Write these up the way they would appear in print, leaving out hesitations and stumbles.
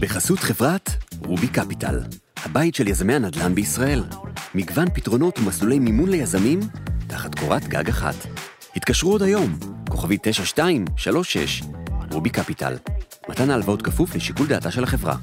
בחסות חברת רובי קפיטל, הבית של יזמי הנדל"ן בישראל. מגוון פתרונות ומסלולי מימון ליזמים, תחת קורת גג אחת. התקשרו עוד היום, כוכבי 9236, רובי קפיטל. מתן ההלוואות כפוף לשיקול דעתה של החברה.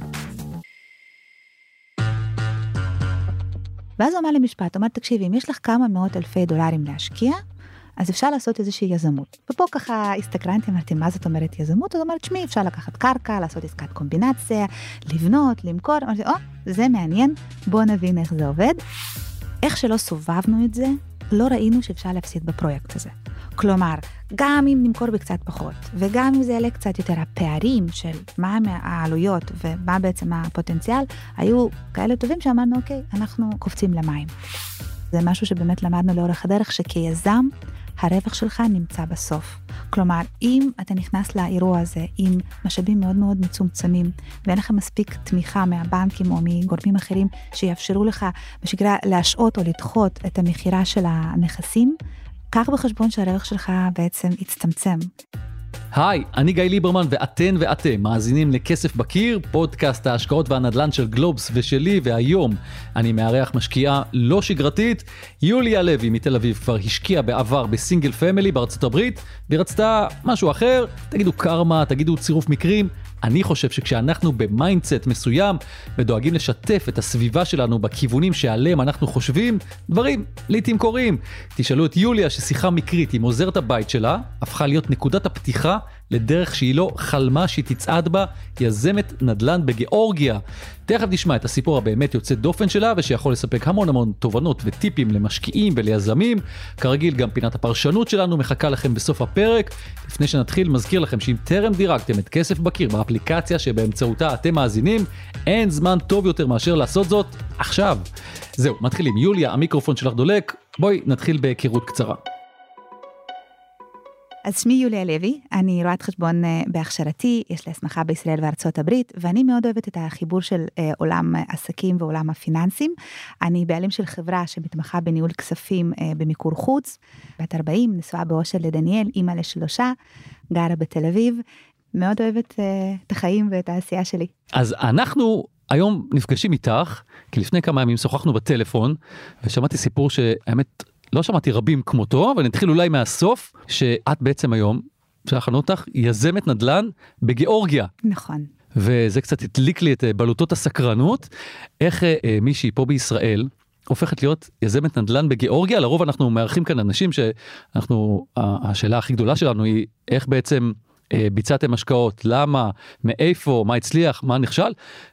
ואז הוא אמר לי משפט, הוא אמר, תקשיבי, אם יש לך כמה מאות אלפי דולרים להשקיע, אז אפשר לעשות איזושהי יזמות. ופה ככה הסתקרנתי, אמרתי, מה זאת אומרת יזמות? אז אומרת, שמי, אפשר לקחת קרקע, לעשות עסקת קומבינציה, לבנות, למכור. אמרתי, זה מעניין, בוא נבין איך זה עובד. איך שלא סובבנו את זה, לא ראינו שאפשר להפסיד בפרויקט הזה. כלומר, גם אם נמכור בקצת פחות, וגם אם זה יעלה קצת יותר, הפערים של מה העלויות ומה בעצם הפוטנציאל, היו כאלה טובים שאמרנו, אוקיי, אנחנו קופצים למים. זה משהו שבאמת למדנו לאורך הדרך, שכיזם, הרווח שלך נמצא בסוף. כלומר, אם אתה נכנס לאירוע הזה עם משאבים מאוד מאוד מצומצמים, ואין לך מספיק תמיכה מהבנקים או מגורמים אחרים שיאפשרו לך בשגרה להשעות או לדחות את המחירה של הנכסים, קח בחשבון שהרווח שלך בעצם יצטמצם. היי, אני גיא ליברמן ואתן ואתם מאזינים לכסף בקיר, פודקאסט ההשקעות והנדל"ן של גלובס ושלי, והיום אני מארח משקיעה לא שגרתית. יוליה לוי מתל אביב כבר השקיעה בעבר בסינגל פמילי בארצות הברית, והיא רצתה משהו אחר, תגידו קרמה, תגידו צירוף מקרים. אני חושב שכשאנחנו במיינדסט מסוים ודואגים לשתף את הסביבה שלנו בכיוונים שעליהם אנחנו חושבים, דברים לעתים קורים. תשאלו את יוליה ששיחה מקרית עם עוזרת הבית שלה הפכה להיות נקודת הפתיחה לדרך שהיא לא חלמה שהיא תצעד בה, יזמת נדל"ן בגיאורגיה. תכף נשמע את הסיפור הבאמת יוצא דופן שלה, ושיכול לספק המון תובנות וטיפים למשקיעים וליזמים. כרגיל גם פינת הפרשנות שלנו מחכה לכם בסוף הפרק. לפני שנתחיל, מזכיר לכם שאם טרם דירגתם את כסף בקיר באפליקציה שבאמצעותה אתם מאזינים, אין זמן טוב יותר מאשר לעשות זאת עכשיו. זהו, מתחילים. יוליה, המיקרופון שלך דולק. בואי נתחיל בהיכרות קצרה. אז שמי יוליה לוי, אני רואת חשבון בהכשרתי, יש לי הסמכה בישראל וארצות הברית, ואני מאוד אוהבת את החיבור של עולם עסקים ועולם הפיננסים. אני בעלים של חברה שמתמחה בניהול כספים במיקור חוץ, בת 40, נשואה באושר לדניאל, אימא ל3, גרה בתל אביב, מאוד אוהבת את החיים ואת העשייה שלי. אז אנחנו היום נפגשים איתך, כי לפני כמה ימים שוחחנו בטלפון, ושמעתי סיפור שהאמת לא שמעתי רבים כמותו, אבל נתחיל אולי מהסוף, שאת בעצם היום, שאנחנו אותך, יזמת נדל"ן בגיאורגיה. נכון. וזה קצת הדליק לי את בלוטות הסקרנות, איך מישהי פה בישראל הופכת להיות יזמת נדל"ן בגיאורגיה. לרוב אנחנו מארחים כאן אנשים שאנחנו, השאלה הכי גדולה שלנו היא איך בעצם ביצעתם השקעות, למה, מאיפה, מה הצליח, מה נכשל,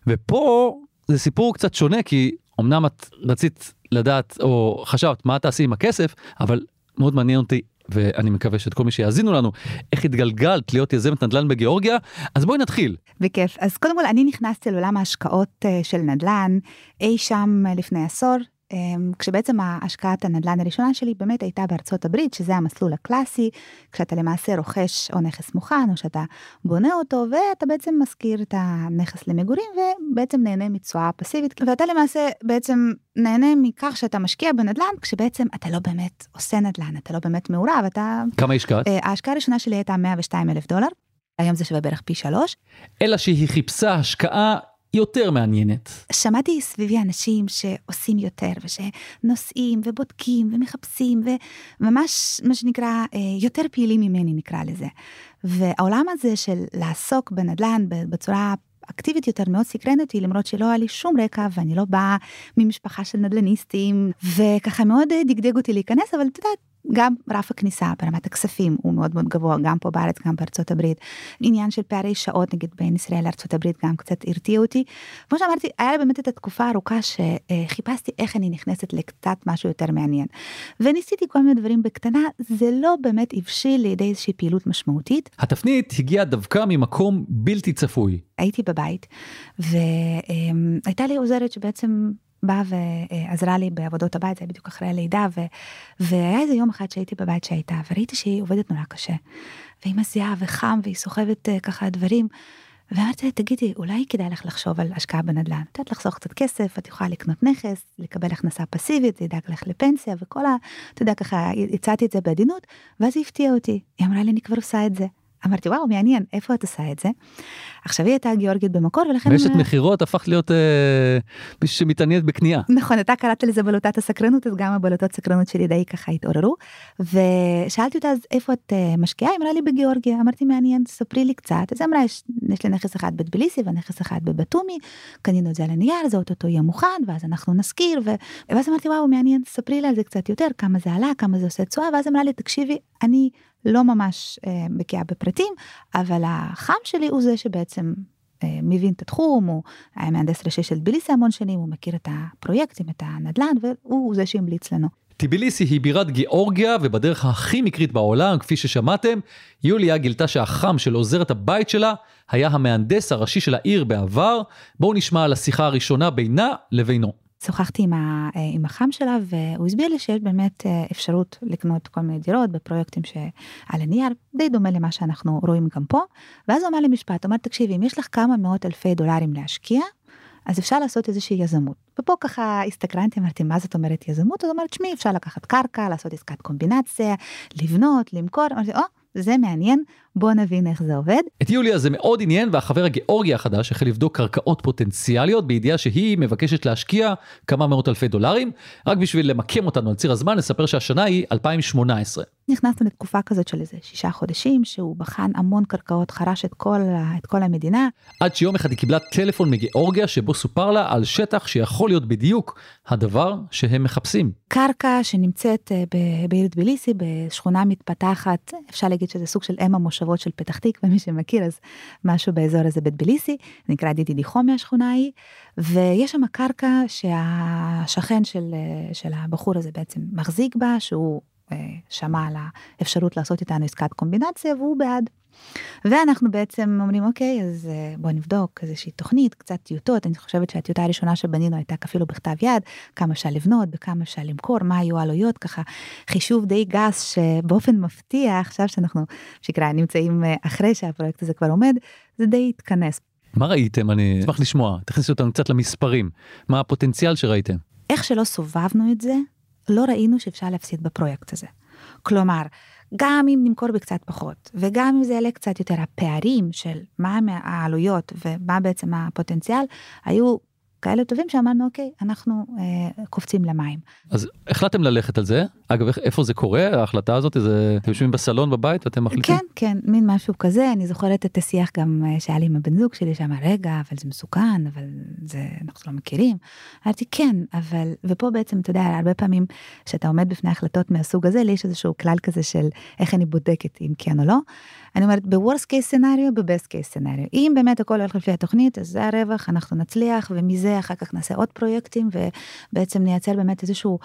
ופה זה סיפור קצת שונה, כי אמנם את רצית לדעת או חשבת מה תעשי עם הכסף, אבל מאוד מעניין אותי, ואני מקווה שאת כל מי שיאזינו לנו, איך התגלגלת להיות יזמת נדל"ן בגיאורגיה. אז בואי נתחיל. בכיף. אז קודם כל, אני נכנסתי לעולם ההשקעות של נדל"ן, אי שם לפני עשור, כשבעצם ההשקעת הנדל"ן הראשונה שלי באמת הייתה בארצות הברית, שזה המסלול הקלאסי, כשאתה למעשה רוכש או נכס מוכן, או שאתה בונה אותו, ואתה בעצם מזכיר את הנכס למגורים, ובעצם נהנה מתשואה פסיבית, ואתה למעשה בעצם נהנה מכך שאתה משקיע בנדל"ן, כשבעצם אתה לא באמת עושה נדל"ן, אתה לא באמת מעורב, אתה... כמה השקעת? ההשקעה הראשונה שלי הייתה $102,000, היום זה שווה בערך פי 3. אלא שהיא חיפשה השקעה יותר מעניינת. שמעתי סביבי אנשים שעושים יותר, ושנוסעים ובודקים ומחפשים, וממש מה שנקרא יותר פעילים ממני נקרא לזה. והעולם הזה של לעסוק בנדל"ן בצורה אקטיבית יותר מאוד סקרן אותי, למרות שלא היה לי שום רקע, ואני לא באה ממשפחה של נדל"ניסטים, וככה מאוד דגדג אותי להיכנס, אבל אתה יודעת, גם רף הכניסה ברמת הכספים הוא מאוד מאוד גבוה, גם פה בארץ, גם בארצות הברית. עניין של פערי שעות, נגיד בין ישראל לארצות הברית, גם קצת הרתיע אותי. כמו שאמרתי, היה לי באמת את התקופה הארוכה שחיפשתי איך אני נכנסת לקצת משהו יותר מעניין. וניסיתי כל מיני דברים בקטנה, זה לא באמת הבשיל לידי איזושהי פעילות משמעותית. התפנית הגיעה דווקא ממקום בלתי צפוי. הייתי בבית, והייתה לי עוזרת שבעצם באה ועזרה לי בעבודות הבית, זה היה בדיוק אחרי הלידה, והיה איזה יום אחד שהייתי בבית שהייתה, וראיתי שהיא עובדת נורא קשה, והיא מזיעה וחם, והיא סוחבת ככה דברים, ואמרתי, תגידי, אולי כדאי לך לחשוב על השקעה בנדל"ן, את יודעת לחסוך קצת כסף, את יכולה לקנות נכס, לקבל הכנסה פסיבית, זה ידאג לך לפנסיה, וכל אתה יודע, ככה, הצעתי את זה בעדינות, ואז היא הפתיעה אותי, היא אמרה לי, אני כבר עושה את זה, אמרתי, וואו, מעניין, איפה את עושה את זה? עכשיו היא הייתה גיאורגית במקור, ולכן... ויש את מחירות, הפך להיות מישהו שמתעניינת בקנייה. נכון, אתה קראת לזה בלוטת הסקרנות, אז גם הבלוטות סקרנות שלי די ככה התעוררו, ושאלתי אותה, אז איפה את משקיעה? היא אמרה לי בגיאורגיה, אמרתי, מעניין, ספרי לי קצת, אז אמרה, יש לי נכס אחד בטביליסי, ונכס אחד בבטומי, קנינו את זה על הנייר, זה אותו יהיה מוכן, ואז אנחנו נזכיר, ואז אמרתי, וואו, מעניין, ספרי לי על זה קצת יותר, כמה זה עלה, כמה זה עושה תשואה, ואז אמרה לי, תקשיבי, אני לא ממש בקיאה בפרטים, אבל החם שלי הוא זה שבעצם מבין את התחום, הוא היה מהנדס ראשי של טביליסי המון שנים, הוא מכיר את הפרויקטים, את הנדל"ן, והוא זה שהמליץ לנו. טביליסי היא בירת גיאורגיה, ובדרך הכי מקרית בעולם, כפי ששמעתם, יוליה גילתה שהחם של עוזרת הבית שלה, היה המהנדס הראשי של העיר בעבר. בואו נשמע על השיחה הראשונה בינה לבינו. שוחחתי עם החם שלה, והוא הסביר לי שיש באמת אפשרות לקנות כל מיני דירות בפרויקטים שעל הנייר, די דומה למה שאנחנו רואים גם פה, ואז הוא אמר לי משפט, הוא אמר, תקשיבי, אם יש לך כמה מאות אלפי דולרים להשקיע, אז אפשר לעשות איזושהי יזמות. ופה ככה הסתקרנתי, אמרתי, מה זאת אומרת יזמות? אז אומרת, שמי, אפשר לקחת קרקע, לעשות עסקת קומבינציה, לבנות, למכור, אמרתי, זה מעניין, בוא נבין איך זה עובד. את יוליה זה מאוד עניין, והחבר הגיאורגי החדש החל לבדוק קרקעות פוטנציאליות, בידיעה שהיא מבקשת להשקיע כמה מאות אלפי דולרים, רק בשביל למקם אותנו על ציר הזמן, נספר שהשנה היא 2018. נכנסנו לתקופה כזאת של איזה 6 חודשים, שהוא בחן המון קרקעות, חרש את כל המדינה. עד שיום אחד היא קיבלה טלפון מגיאורגיה, שבו סופר לה על שטח שיכול להיות בדיוק הדבר שהם מחפשים. קרקע שנמצאת בעיר טביליסי, בשכונה מתפתחת, אפשר להגיד שזה סוג של אם המושבות של פתח תקווה, ומי שמכיר אז משהו באזור הזה בטביליסי, נקרא דידי-דיחום מהשכונה ההיא, ויש שם קרקע שהשכן של הבחור הזה בעצם מחזיק בה, שהוא שמע על האפשרות לעשות איתנו עסקת קומבינציה, והוא בעד. ואנחנו בעצם אומרים, אוקיי, אז בוא נבדוק איזושהי תוכנית, קצת טיוטות, אני חושבת שהטיוטה הראשונה שבנינו הייתה אפילו בכתב יד, כמה אפשר לבנות, בכמה אפשר למכור, מה היו העלויות, ככה חישוב די גס שבאופן מפתיע, עכשיו שאנחנו נמצאים אחרי שהפרויקט הזה כבר עומד, זה די התכנס. מה ראיתם? אני אשמח לשמוע, תכניסו אותנו קצת למספרים, מה הפוטנציאל שראיתם? איך שלא סובבנו את זה, לא ראינו שאפשר להפסיד בפרויקט הזה. כלומר, גם אם נמכור בקצת פחות, וגם אם זה יעלה קצת יותר, הפערים של מה העלויות ומה בעצם הפוטנציאל, היו כאלה טובים שאמרנו, אוקיי, אנחנו קופצים למים. אז החלטתם ללכת על זה? אגב, איפה זה קורה, ההחלטה הזאת? אתם יושבים בסלון בבית ואתם מחליטים? כן, כן, מין משהו כזה. אני זוכרת את השיח גם שהיה לי עם הבן זוג שלי, שאמר, רגע, אבל זה מסוכן, אבל זה, אנחנו לא מכירים. אמרתי, כן, אבל, ופה בעצם, אתה יודע, הרבה פעמים שאתה עומד בפני החלטות מהסוג הזה, לי יש איזשהו כלל כזה של איך אני בודקת אם כן או לא. אני אומרת, ב-worst case scenario, ב-best case scenario. אם באמת הכל הולך לפי התוכנית, אז זה הרווח, אנחנו נצליח, ומזה אחר כך נעשה עוד פרויקטים, ובעצם נייצר באמת איזשהו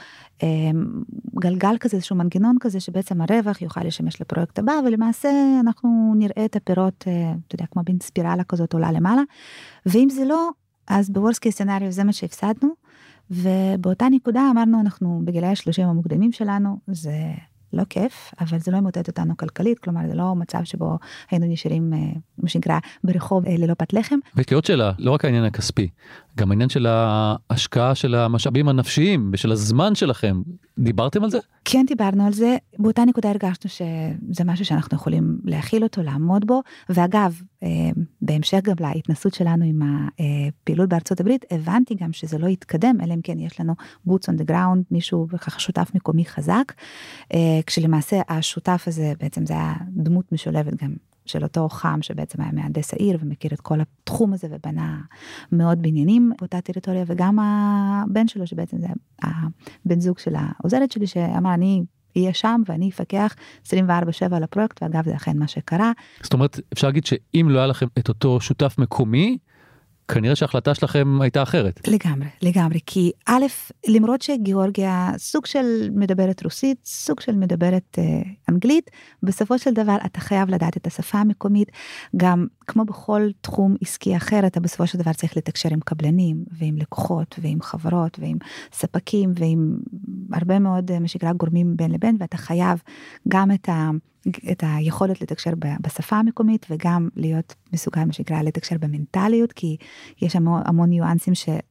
גלגל כזה, איזשהו מנגנון כזה, שבעצם הרווח יוכל לשמש לפרויקט הבא, ולמעשה אנחנו נראה את הפירות, אתה יודע, כמו בין ספירלה כזאת עולה למעלה, ואם זה לא, אז ב-worst case scenario זה מה שהפסדנו, ובאותה נקודה אמרנו, אנחנו בגילאי 30 המוקדמים שלנו, זה לא כיף, אבל זה לא ימוטט אותנו כלכלית, כלומר זה לא מצב שבו היינו נשארים, מה שנקרא, ברחוב ללא פת לחם. ויש לי עוד שאלה, לא רק העניין הכספי, גם העניין של ההשקעה של המשאבים הנפשיים ושל הזמן שלכם, דיברתם על זה? כן, דיברנו על זה, באותה נקודה הרגשנו שזה משהו שאנחנו יכולים להכיל אותו, לעמוד בו, ואגב, בהמשך גם להתנסות שלנו עם הפעילות בארצות הברית, הבנתי גם שזה לא יתקדם, אלא אם כן יש לנו boots on the ground, מישהו וככה שותף מקומי חזק, כשלמעשה השותף הזה בעצם זה היה דמות משולבת גם של אותו חם שבעצם היה מהנדס העיר ומכיר את כל התחום הזה ובנה מאוד בניינים באותה טריטוריה, וגם הבן שלו שבעצם זה הבן זוג של העוזרת שלי שאמר אני אהיה שם ואני אפקח 24/7 על הפרויקט, ואגב זה אכן מה שקרה. זאת אומרת אפשר להגיד שאם לא היה לכם את אותו שותף מקומי, כנראה שההחלטה שלכם הייתה אחרת. לגמרי, כי א', למרות שגיאורגיה סוג של מדברת רוסית, סוג של מדברת אנגלית, בסופו של דבר אתה חייב לדעת את השפה המקומית, גם כמו בכל תחום עסקי אחר, אתה בסופו של דבר צריך לתקשר עם קבלנים, ועם לקוחות, ועם חברות, ועם ספקים, ועם הרבה מאוד משגרה גורמים בין לבין, ואתה חייב גם את היכולת לתקשר בשפה המקומית, וגם להיות מסוגל משגרה לתקשר במנטליות, כי יש המון ניואנסים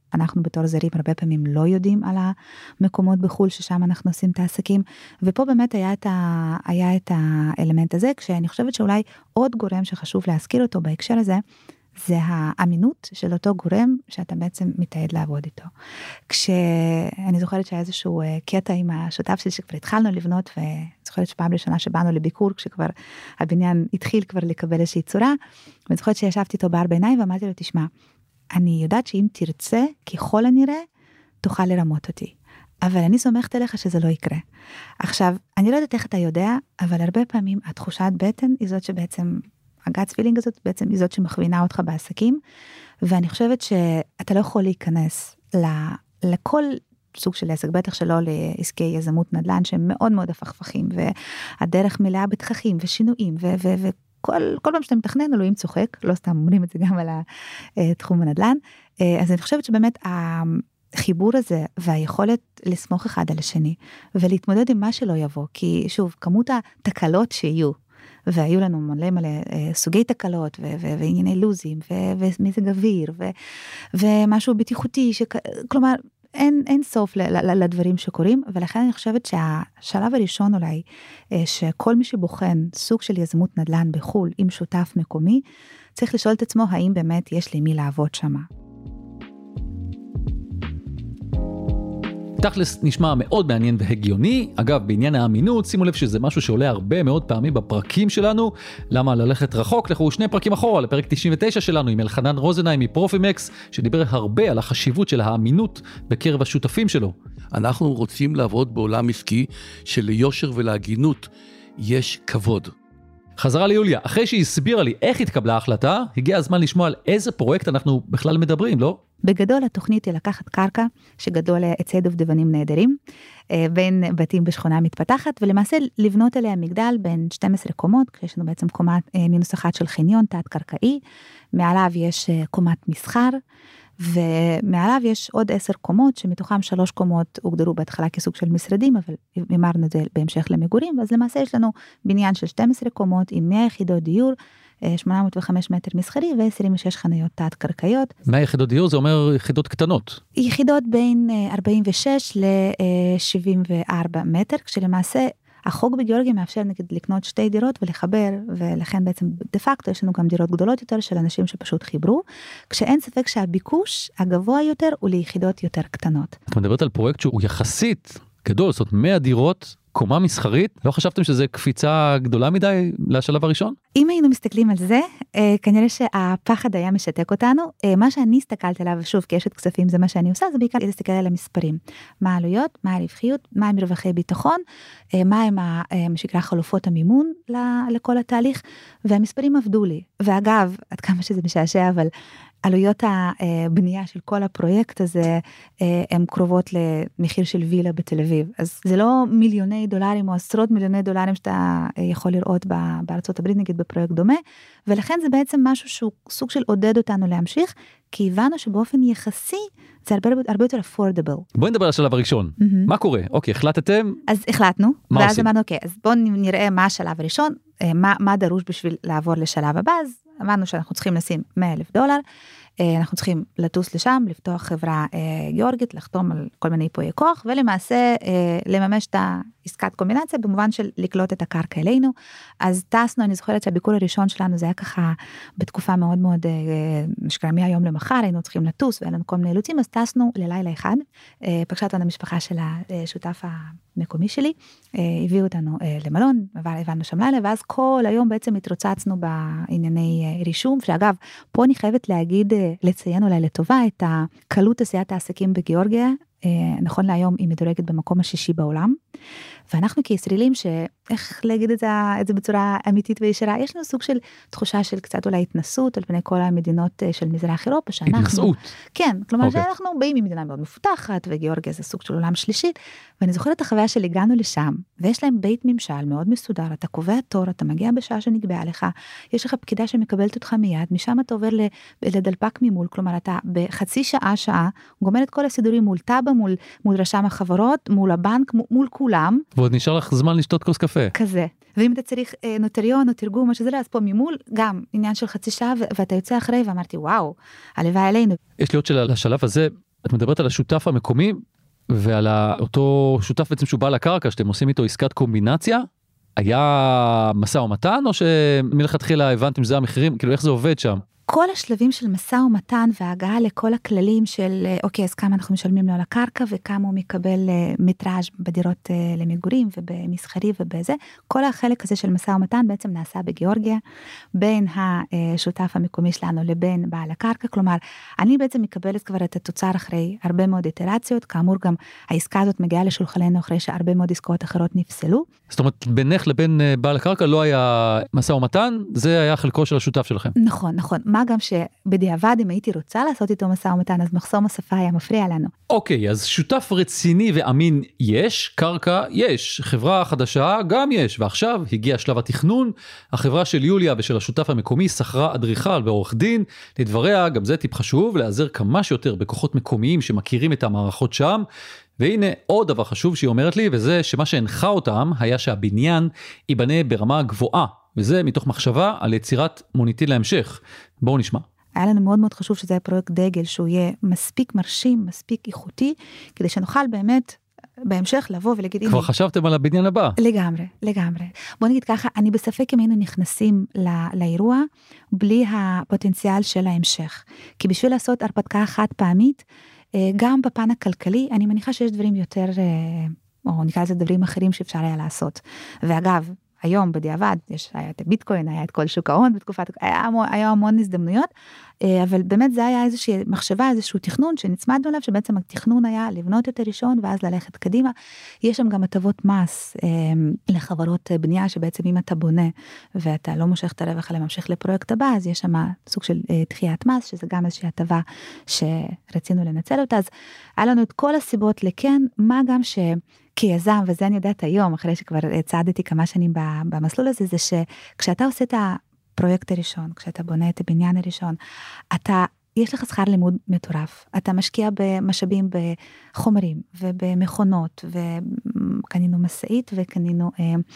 אנחנו בתור זרים הרבה פעמים לא יודעים על המקומות בחול ששם אנחנו עושים את העסקים, ופה באמת היה את האלמנט הזה, כשאני חושבת שאולי עוד גורם שחשוב להזכיר אותו בהקשר הזה, זה האמינות של אותו גורם שאתה בעצם מתעד לעבוד איתו. כשאני זוכרת שהיה איזשהו קטע עם השותף שלי שכבר התחלנו לבנות, וזוכרת שפעם ראשונה שבאנו לביקור, כשכבר הבניין התחיל כבר לקבל איזושהי צורה, ואני זוכרת שישבתי איתו בארבע עיניים, ואמרתי לו, תשמע, אני יודעת שאם תרצה, ככל הנראה, תוכל לרמות אותי. אבל אני סומכת עליך שזה לא יקרה. עכשיו, אני לא יודעת איך אתה יודע, אבל הרבה פעמים התחושת בטן היא זאת שבעצם הגאץ פילינג הזאת בעצם היא זאת שמכווינה אותך בעסקים, ואני חושבת שאתה לא יכול להיכנס לכל סוג של עסק, בטח שלא לעסקי יזמות נדל"ן שהם מאוד מאוד הפכפכים, והדרך מלאה בתככים ושינויים, וכל פעם שאתה מתכנן, אלוהים צוחק, לא סתם אומרים את זה גם על תחום הנדל"ן, אז אני חושבת שבאמת החיבור הזה והיכולת לסמוך אחד על השני, ולהתמודד עם מה שלא יבוא, כי שוב, כמות התקלות שיהיו, והיו לנו מלא סוגי תקלות, וענייני לוזים, ומזג אוויר, ומשהו בטיחותי, כלומר, אין סוף לדברים שקורים, ולכן אני חושבת שהשלב הראשון אולי, שכל מי שבוחן סוג של יזמות נדל"ן בחול, עם שותף מקומי, צריך לשאול את עצמו, האם באמת יש לי מי לעבוד שמה. תכלס נשמע מאוד מעניין והגיוני. אגב, בעניין האמינות, שימו לב שזה משהו שעולה הרבה מאוד פעמים בפרקים שלנו. למה ללכת רחוק? לכו 2 פרקים אחורה, לפרק 99 שלנו עם אלחנן רוזנהיים מפרופימקס, שדיבר הרבה על החשיבות של האמינות בקרב השותפים שלו. אנחנו רוצים לעבוד בעולם עסקי שליושר ולהגינות יש כבוד. חזרה ליוליה, אחרי שהיא הסבירה לי איך התקבלה ההחלטה, הגיע הזמן לשמוע על איזה פרויקט אנחנו בכלל מדברים, לא? בגדול התוכנית היא לקחת קרקע שגדול עצי דובדבנים נהדרים, בין בתים בשכונה מתפתחת, ולמעשה לבנות עליה מגדל בין 12 קומות, כשיש לנו בעצם קומה מינוס אחת של חניון תת קרקעי, מעליו יש קומת מסחר, ומעליו יש עוד 10 קומות, שמתוכם 3 קומות הוגדרו בהתחלה כסוג של משרדים, אבל אמרנו את זה בהמשך למגורים, אז למעשה יש לנו בניין של 12 קומות עם 100 יחידות דיור, 805 מטר מסחרי ו-26 חניות תת קרקעיות. 100 יחידות דיור זה אומר יחידות קטנות. יחידות בין 46 ל-74 מטר, כשלמעשה החוק בגיאורגיה מאפשר נגיד לקנות 2 דירות ולחבר, ולכן בעצם דה פקטו יש לנו גם דירות גדולות יותר של אנשים שפשוט חיברו, כשאין ספק שהביקוש הגבוה יותר הוא ליחידות יותר קטנות. את מדברת על פרויקט שהוא יחסית גדול, זאת אומרת 100 דירות, קומה מסחרית, לא חשבתם שזה קפיצה גדולה מדי לשלב הראשון? אם היינו מסתכלים על זה, כנראה שהפחד היה משתק אותנו. מה שאני הסתכלת עליו, שוב, כי יש את כספים, זה מה שאני עושה, זה בעיקר להסתכל על המספרים. מה העלויות, מה הרווחיות, מה הם מרווחי ביטחון, מה הם משקרה חלופות המימון לכל התהליך, והמספרים עבדו לי. ואגב, עד כמה שזה משעשע, אבל עלויות הבנייה של כל הפרויקט הזה, הן קרובות למחיר של וילה בתל אביב. אז זה לא מיליוני דולרים או עשרות מיליוני דולרים שאתה יכול לראות בארצות הברית, נגיד בפרויקט דומה, ולכן זה בעצם משהו שהוא סוג של עודד אותנו להמשיך, כי הבנו שבאופן יחסי, זה הרבה יותר affordable. בואי נדבר על השלב הראשון. מה קורה? אוקיי, החלטתם? אז החלטנו, מה ואז עושים? אמרנו, אוקיי, אז בואו נראה מה השלב הראשון, מה דרוש בשביל לעבור לשלב הבא, אז אמרנו שאנחנו צריכים לשים $100,000, אנחנו צריכים לטוס לשם, לפתוח חברה גיאורגית, לחתום על כל מיני ייפויי כוח, ולמעשה לממש את העסקת קומבינציה, במובן של לקלוט את הקרקע אלינו. אז טסנו, אני זוכרת שהביקור הראשון שלנו, זה היה ככה בתקופה מאוד מאוד, משקרה מהיום למחר, היינו צריכים לטוס, והיה לנו כל מיני אילוצים, אז טסנו ללילה אחד, פגשה אותנו המשפחה של השותף המקומי שלי, הביאו אותנו למלון, הבנו שם לילה, ואז כל היום בעצם התרוצצנו בענייני רישום, שאגב, פה אני חייבת להגיד, לציין אולי לטובה את הקלות עשיית העסקים בגיאורגיה, נכון להיום היא מדורגת במקום השישי בעולם, ואנחנו כישראלים איך להגיד את זה בצורה אמיתית וישרה, יש לנו סוג של תחושה של קצת אולי התנסות על פני כל המדינות של מזרח אירופה, שאנחנו... התנסות? כן, כלומר שאנחנו באים ממדינה מאוד מפותחת, וגיאורגיה זה סוג של עולם שלישית, ואני זוכרת את החוויה של הגענו לשם, ויש להם בית ממשל מאוד מסודר, אתה קובע תור, אתה מגיע בשעה שנקבעה לך, יש לך פקידה שמקבלת אותך מיד, משם אתה עובר לדלפק ממול, כלומר אתה בחצי שעה, גומר את כל הסידורים מול טאבה, מול רשם החברות, מול הבנק, מול כולם. ועוד נשאר לך זמן לשתות כוס קפה. כזה. ואם אתה צריך נוטריון או תרגום או שזה לא, אז פה ממול, גם עניין של חצי שעה, ואתה יוצא אחרי, ואמרתי, וואו, הלוואי עלינו. יש לי עוד שאלה לשלב הזה, את מדברת על השותף המקומי, ועל אותו שותף בעצם שהוא בעל הקרקע, שאתם עושים איתו עסקת קומבינציה, היה משא ומתן, או שמלכתחילה הבנתם שזה המחירים, כאילו איך זה עובד שם? כל השלבים של משא ומתן וההגעה לכל הכללים של, אוקיי, אז כמה אנחנו משלמים לו על הקרקע, וכמה הוא מקבל מטראז' בדירות למגורים ובמסחרי ובזה, כל החלק הזה של משא ומתן בעצם נעשה בגיאורגיה, בין השותף המקומי שלנו לבין בעל הקרקע, כלומר, אני בעצם מקבלת כבר את התוצר אחרי הרבה מאוד איטרציות, כאמור גם העסקה הזאת מגיעה לשולחננו אחרי שהרבה מאוד עסקאות אחרות נפסלו. זאת אומרת, בינך לבין בעל הקרקע לא היה משא ומתן, זה היה חלקו של השותף שלכם. נכון, נכון. מה גם שבדיעבד, אם הייתי רוצה לעשות איתו משא ומתן, אז מחסום השפה היה מפריע לנו. אוקיי, אז שותף רציני ואמין יש, קרקע יש, חברה חדשה גם יש, ועכשיו הגיע שלב התכנון, החברה של יוליה ושל השותף המקומי שכרה אדריכל ועורך דין, לדבריה, גם זה טיפ חשוב, לעזר כמה שיותר בכוחות מקומיים שמכירים את המערכות שם, והנה עוד דבר חשוב שהיא אומרת לי, וזה שמה שהנחה אותם היה שהבניין ייבנה ברמה גבוהה, וזה מתוך מחשבה על יצירת מוניטין להמשך. בואו נשמע. היה לנו מאוד מאוד חשוב שזה יהיה פרויקט דגל, שהוא יהיה מספיק מרשים, מספיק איכותי, כדי שנוכל באמת בהמשך לבוא ולהגיד... כבר חשבתם על הבניין הבא? לגמרי, לגמרי. בוא נגיד ככה, אני בספק אם היינו נכנסים לאירוע, בלי הפוטנציאל של ההמשך. כי בשביל לעשות הרפתקה חד פעמית, גם בפן הכלכלי, אני מניחה שיש דברים יותר, או נקרא לזה דברים אחרים שאפשר היה לעשות. ואגב, היום בדיעבד, היה את הביטקוין, היה את כל שוק ההון בתקופת, היה המון הזדמנויות, אבל באמת זה היה איזושהי מחשבה, איזשהו תכנון שנצמדנו אליו, שבעצם התכנון היה לבנות את הראשון, ואז ללכת קדימה. יש שם גם הטבות מס לחברות בנייה, שבעצם אם אתה בונה, ואתה לא מושך את הרווח, אלא ממשיך לפרויקט הבא, אז יש שם סוג של דחיית מס, שזה גם איזושהי הטבה שרצינו לנצל אותה. אז היה לנו את כל הסיבות לכן, מה גם כיזם, וזה אני יודעת היום, אחרי שכבר צעדתי כמה שנים במסלול הזה, זה שכשאתה עושה את הפרויקט הראשון, כשאתה בונה את הבניין הראשון, יש לך שכר לימוד מטורף, אתה משקיע במשאבים בחומרים ובמכונות, וקנינו מסעית וקנינו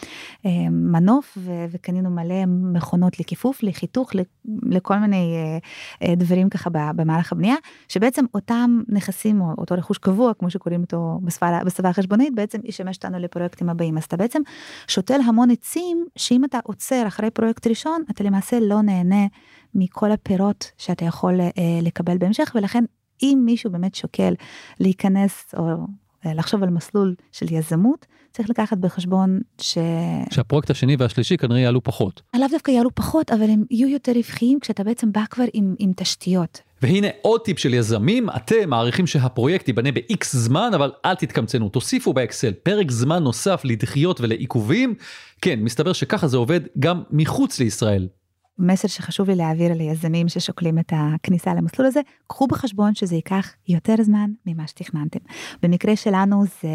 מנוף, וקנינו מלא מכונות לכיפוף, לחיתוך, לכל מיני דברים ככה במהלך הבנייה, שבעצם אותם נכסים, או אותו רכוש קבוע, כמו שקוראים אותו בשפה החשבונית, בעצם ישמש אותנו לפרויקטים הבאים. אז אתה בעצם שותל המון עצים, שאם אתה עוצר אחרי פרויקט ראשון, אתה למעשה לא נהנה מכל הפירות שאתה יכול לקבל בהמשך, ולכן אם מישהו באמת שוקל להיכנס או לחשוב על מסלול של יזמות, צריך לקחת בחשבון שהפרויקט השני והשלישי כנראה יעלו פחות. עליו דווקא יעלו פחות, אבל הם יהיו יותר רווחיים כשאתה בעצם בא כבר עם תשתיות. והנה עוד טיפ של יזמים, אתם מעריכים שהפרויקט ייבנה ב-X זמן, אבל אל תתקמצנו, תוסיפו באקסל פרק זמן נוסף לדחיות ולעיכובים. כן, מסתבר שככה זה עובד גם מחוץ לישראל. מסר שחשוב לי להעביר ליזמים ששוקלים את הכניסה למסלול הזה, קחו בחשבון שזה ייקח יותר זמן ממה שתכננתם. במקרה שלנו זה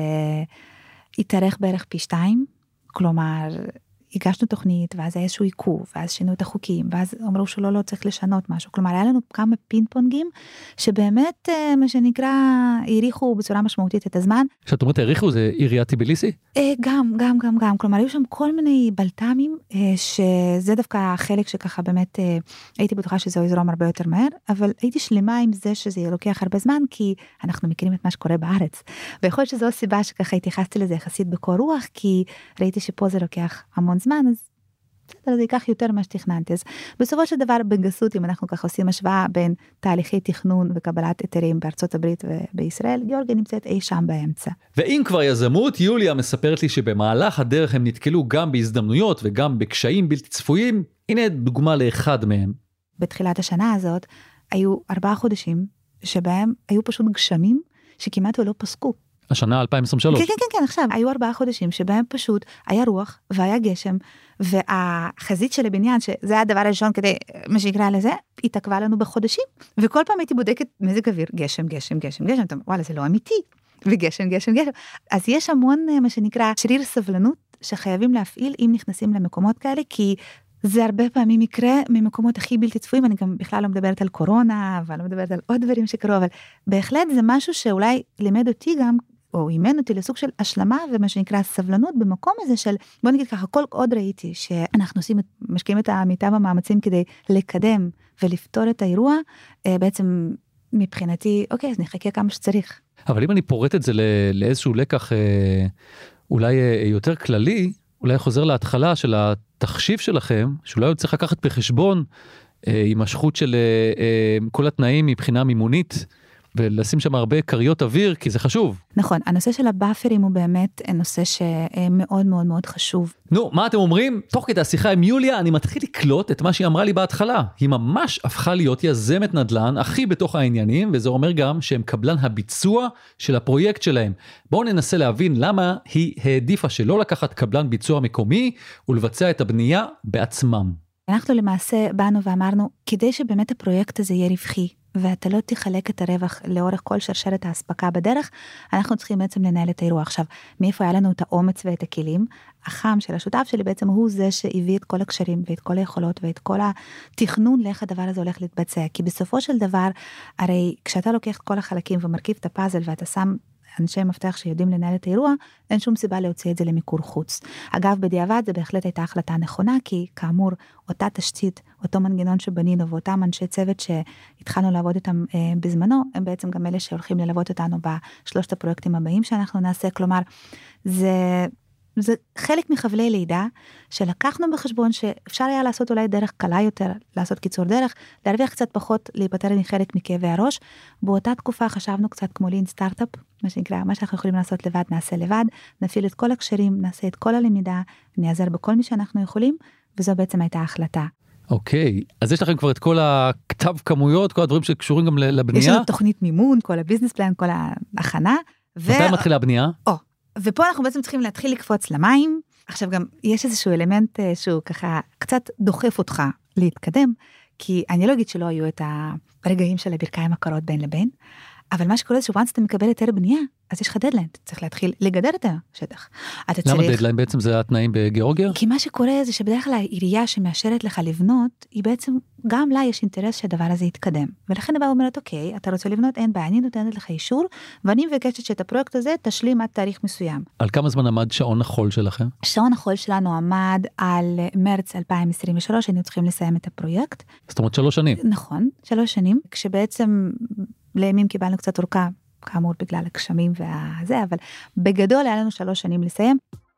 יתארך בערך פי 2, כלומר, הגשנו תוכנית, ואז היה איזשהו עיכוב, ואז שינו את החוקים, ואז אמרו שלא צריך לשנות משהו. כלומר, היה לנו כמה פינג-פונגים, שבאמת, מה שנקרא, העריכו בצורה משמעותית את הזמן. כשאת אומרת העריכו, זה עיריית טביליסי? גם. כלומר, היו שם כל מיני בלת"מים, שזה דווקא החלק שככה באמת, הייתי בטוחה שזה יזרום הרבה יותר מהר, אבל הייתי שלמה עם זה שזה לוקח הרבה זמן, כי אנחנו מכירים את מה שקורה בארץ. ויכול להיות שזו הסיבה שככה התייחסתי לזה יחסית בקור רוח, כי ראיתי שפה זה לוקח המון זמן, אז זה ייקח יותר מה שתכננתי. אז בסופו של דבר, בגסות, אם אנחנו ככה עושים השוואה בין תהליכי תכנון וקבלת היתרים בארצות הברית ובישראל, גיאורגיה נמצאת אי שם באמצע. ואם כבר יזמות, יוליה מספרת לי שבמהלך הדרך הם נתקלו גם בהזדמנויות וגם בקשיים בלתי צפויים. הנה דוגמה לאחד מהם. בתחילת השנה הזאת, היו 4 חודשים שבהם היו פשוט גשמים שכמעט לא פסקו. השנה 2023. כן, עכשיו, היו 4 חודשים שבהם פשוט היה רוח והיה גשם, והחזית של הבניין, שזה היה הדבר הראשון כדי, מה שיקרא לזה, התעכבה לנו בחודשים, וכל פעם הייתי בודקת מזג אוויר, גשם, וואלה, זה לא אמיתי, וגשם. אז יש המון, מה שנקרא, שריר סבלנות, שחייבים להפעיל אם נכנסים למקומות כאלה, כי זה הרבה פעמים יקרה ממקומות הכי בלתי צפויים, אני גם בכלל לא מדברת על קורונה, אבל לא מדברת על עוד דברים שקרו, אבל בהחלט זה משהו שאולי לימד אותי גם, או אימן אותי לסוג של השלמה, ומה שנקרא סבלנות במקום הזה של, בוא נגיד ככה, כל עוד ראיתי שאנחנו משקיעים את המיטב המאמצים כדי לקדם ולפתור את האירוע, בעצם מבחינתי, אוקיי, אז נחכה כמה שצריך. אבל אם אני פורט את זה לאיזשהו לקח אולי יותר כללי, אולי חוזר להתחלה של התחשיב שלכם, שאולי הוא צריך לקחת בחשבון הימשכות של כל התנאים מבחינה מימונית, ולשים שם הרבה קריות אוויר, כי זה חשוב. נכון, הנושא של הבאפרים הוא באמת נושא שמאוד מאוד מאוד חשוב. נו, מה אתם אומרים? תוך כדי השיחה עם יוליה, אני מתחיל לקלוט את מה שהיא אמרה לי בהתחלה. היא ממש הפכה להיות יזמת נדל"ן, הכי בתוך העניינים, וזה אומר גם שהם קבלן הביצוע של הפרויקט שלהם. בואו ננסה להבין למה היא העדיפה שלא לקחת קבלן ביצוע מקומי, ולבצע את הבנייה בעצמם. אנחנו למעשה באנו ואמרנו, כדי שבאמת הפרויקט הזה יהיה רווחי, ואתה לא תחלק את הרווח לאורך כל שרשרת ההספקה בדרך, אנחנו צריכים בעצם לנהל את האירוע. עכשיו, מאיפה היה לנו את האומץ ואת הכלים? החם של השותף שלי בעצם הוא זה שהביא את כל הקשרים ואת כל היכולות ואת כל התכנון לאיך הדבר הזה הולך להתבצע. כי בסופו של דבר, הרי כשאתה לוקח את כל החלקים ומרכיב את הפאזל ואתה שם אנשי מפתח שיודעים לנהל את האירוע, אין שום סיבה להוציא את זה למיקור חוץ. אגב, בדיעבד זה בהחלט הייתה החלטה נכונה, כי כאמור, אותה תשתית, אותו מנגנון שבנינו, ואותם אנשי צוות שהתחלנו לעבוד איתם בזמנו, הם בעצם גם אלה שהולכים ללוות אותנו בשלושת הפרויקטים הבאים שאנחנו נעשה, כלומר, זה חלק מחבלי לידה, שלקחנו בחשבון שאפשר היה לעשות אולי דרך קלה יותר, לעשות קיצור דרך, להרוויח קצת פחות, להיפטר מחלק מכאבי הראש. באותה תקופה חשבנו קצת כמו לין סטארט-אפ, מה שנקרא, מה שאנחנו יכולים לעשות לבד, נעשה לבד, נפעיל את כל הקשרים, נעשה את כל הלמידה, נעזר בכל מי שאנחנו יכולים, וזו בעצם הייתה ההחלטה. אוקיי, אז יש לכם כבר את כל הכתב כמויות, כל הדברים שקשורים גם לבנייה? יש לנו תוכנית מימון, כל הביזנס פלן, כל ההכנה. מתי מתחילה הבנייה? ופה אנחנו בעצם צריכים להתחיל לקפוץ למים. עכשיו גם יש איזשהו אלמנט שהוא ככה קצת דוחף אותך להתקדם, כי אני לא אגיד שלא היו את הרגעים של הברכיים הקרות בין לבין, אבל מה שקורה זה שוואנס אתה מקבל יותר בנייה, אז יש לך דדליין, אתה צריך להתחיל לגדר את השטח. למה דדליין בעצם זה התנאים בגיאורגיה? כי מה שקורה זה שבדרך כלל העירייה שמאשרת לך לבנות, היא בעצם, גם לה יש אינטרס שהדבר הזה יתקדם. ולכן הבאה אומרת, אוקיי, אתה רוצה לבנות, אין בעיה, אני נותנת לך אישור, ואני מבקשת שאת הפרויקט הזה תשלים עד תאריך מסוים. על כמה זמן עמד שעון החול שלכם? שעון החול שלנו עמד על מרץ 2023, היינו צריכים לסיים את הפרויקט. זאת אומרת 3 שנים. נכון, 3 שנים, כשבעצם לימים קיבלנו קצת אורכה, כאמור בגלל הגשמים והזה, אבל בגדול היה לנו 3 שנים לסיים.